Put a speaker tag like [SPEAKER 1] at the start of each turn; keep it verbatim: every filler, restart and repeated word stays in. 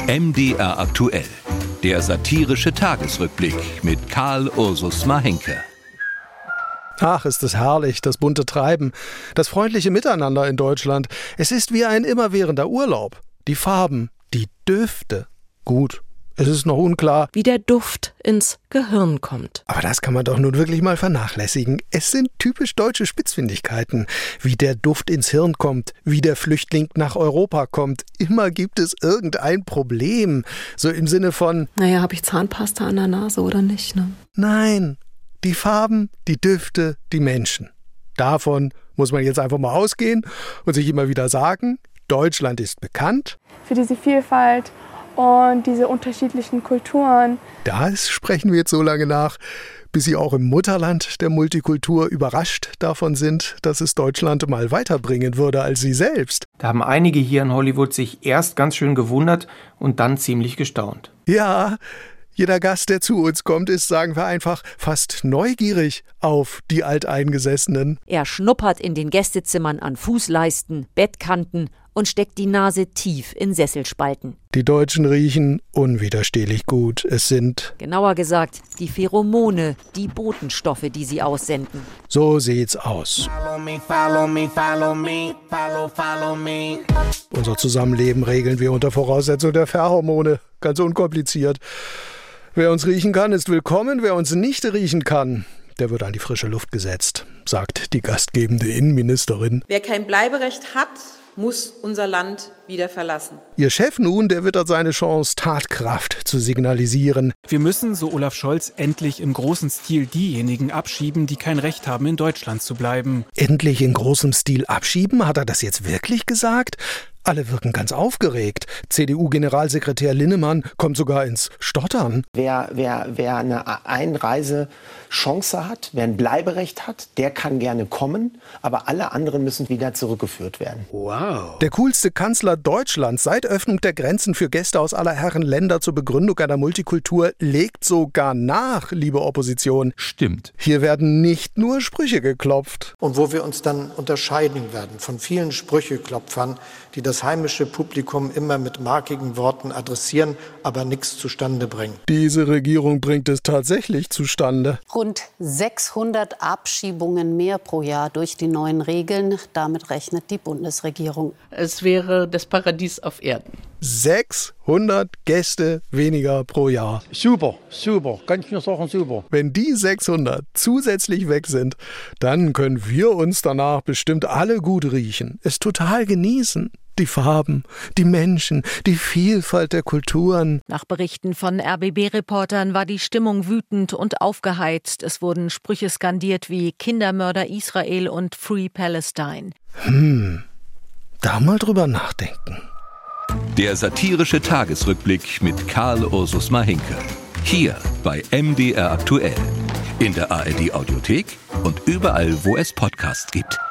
[SPEAKER 1] M D R aktuell. Der satirische Tagesrückblick mit Karl Ursus Mahenke.
[SPEAKER 2] Ach, ist es herrlich, das bunte Treiben, das freundliche Miteinander in Deutschland. Es ist wie ein immerwährender Urlaub. Die Farben, die Düfte. Gut, es ist noch unklar,
[SPEAKER 3] wie der Duft ins Gehirn kommt.
[SPEAKER 2] Aber das kann man doch nun wirklich mal vernachlässigen. Es sind typisch deutsche Spitzfindigkeiten. Wie der Duft ins Hirn kommt, wie der Flüchtling nach Europa kommt. Immer gibt es irgendein Problem. So im Sinne von,
[SPEAKER 3] naja, habe ich Zahnpasta an der Nase oder nicht, ne?
[SPEAKER 2] Nein, die Farben, die Düfte, die Menschen. Davon muss man jetzt einfach mal ausgehen und sich immer wieder sagen, Deutschland ist bekannt
[SPEAKER 4] für diese Vielfalt und diese unterschiedlichen Kulturen.
[SPEAKER 2] Das sprechen wir jetzt so lange nach, bis Sie auch im Mutterland der Multikultur überrascht davon sind, dass es Deutschland mal weiterbringen würde als Sie selbst.
[SPEAKER 5] Da haben einige hier in Hollywood sich erst ganz schön gewundert und dann ziemlich gestaunt.
[SPEAKER 2] Ja, jeder Gast, der zu uns kommt, ist, sagen wir einfach, fast neugierig auf die Alteingesessenen.
[SPEAKER 6] Er schnuppert in den Gästezimmern an Fußleisten, Bettkanten und steckt die Nase tief in Sesselspalten.
[SPEAKER 2] Die Deutschen riechen unwiderstehlich gut. Es sind,
[SPEAKER 6] genauer gesagt, die Pheromone, die Botenstoffe, die sie aussenden.
[SPEAKER 2] So sieht's aus.
[SPEAKER 7] Follow me, follow me, follow me, follow, follow me.
[SPEAKER 2] Unser Zusammenleben regeln wir unter Voraussetzung der Pheromone. Ganz unkompliziert. Wer uns riechen kann, ist willkommen. Wer uns nicht riechen kann, der wird an die frische Luft gesetzt, sagt die gastgebende Innenministerin.
[SPEAKER 8] Wer kein Bleiberecht hat, muss unser Land wieder verlassen.
[SPEAKER 2] Ihr Chef nun, der wittert seine Chance, Tatkraft zu signalisieren.
[SPEAKER 9] Wir müssen, so Olaf Scholz, endlich im großen Stil diejenigen abschieben, die kein Recht haben, in Deutschland zu bleiben.
[SPEAKER 2] Endlich in großem Stil abschieben? Hat er das jetzt wirklich gesagt? Alle wirken ganz aufgeregt. C D U-Generalsekretär Linnemann kommt sogar ins Stottern.
[SPEAKER 10] Wer, wer, wer eine Einreisechance hat, wer ein Bleiberecht hat, der kann gerne kommen, aber alle anderen müssen wieder zurückgeführt werden.
[SPEAKER 2] Wow. Der coolste Kanzler Deutschlands seit Öffnung der Grenzen für Gäste aus aller Herren Länder zur Begründung einer Multikultur legt sogar nach, liebe Opposition.
[SPEAKER 11] Stimmt.
[SPEAKER 2] Hier werden nicht nur Sprüche geklopft.
[SPEAKER 12] Und wo wir uns dann unterscheiden werden von vielen Sprücheklopfern, die das heimische Publikum immer mit markigen Worten adressieren, aber nichts zustande bringen.
[SPEAKER 2] Diese Regierung bringt es tatsächlich zustande.
[SPEAKER 13] Rund sechshundert Abschiebungen mehr pro Jahr durch die neuen Regeln. Damit rechnet die Bundesregierung.
[SPEAKER 14] Es wäre das Paradies auf Erden.
[SPEAKER 2] sechshundert Gäste weniger pro Jahr.
[SPEAKER 15] Super, super, kann ich nur sagen, super.
[SPEAKER 2] Wenn die sechshundert zusätzlich weg sind, dann können wir uns danach bestimmt alle gut riechen, es total genießen. Die Farben, die Menschen, die Vielfalt der Kulturen.
[SPEAKER 6] Nach Berichten von R B B-Reportern war die Stimmung wütend und aufgeheizt. Es wurden Sprüche skandiert wie Kindermörder Israel und Free Palestine.
[SPEAKER 2] Hm, da mal drüber nachdenken.
[SPEAKER 1] Der satirische Tagesrückblick mit Karl Ursus Mahenke. Hier bei M D R aktuell. In der A R D Audiothek und überall, wo es Podcasts gibt.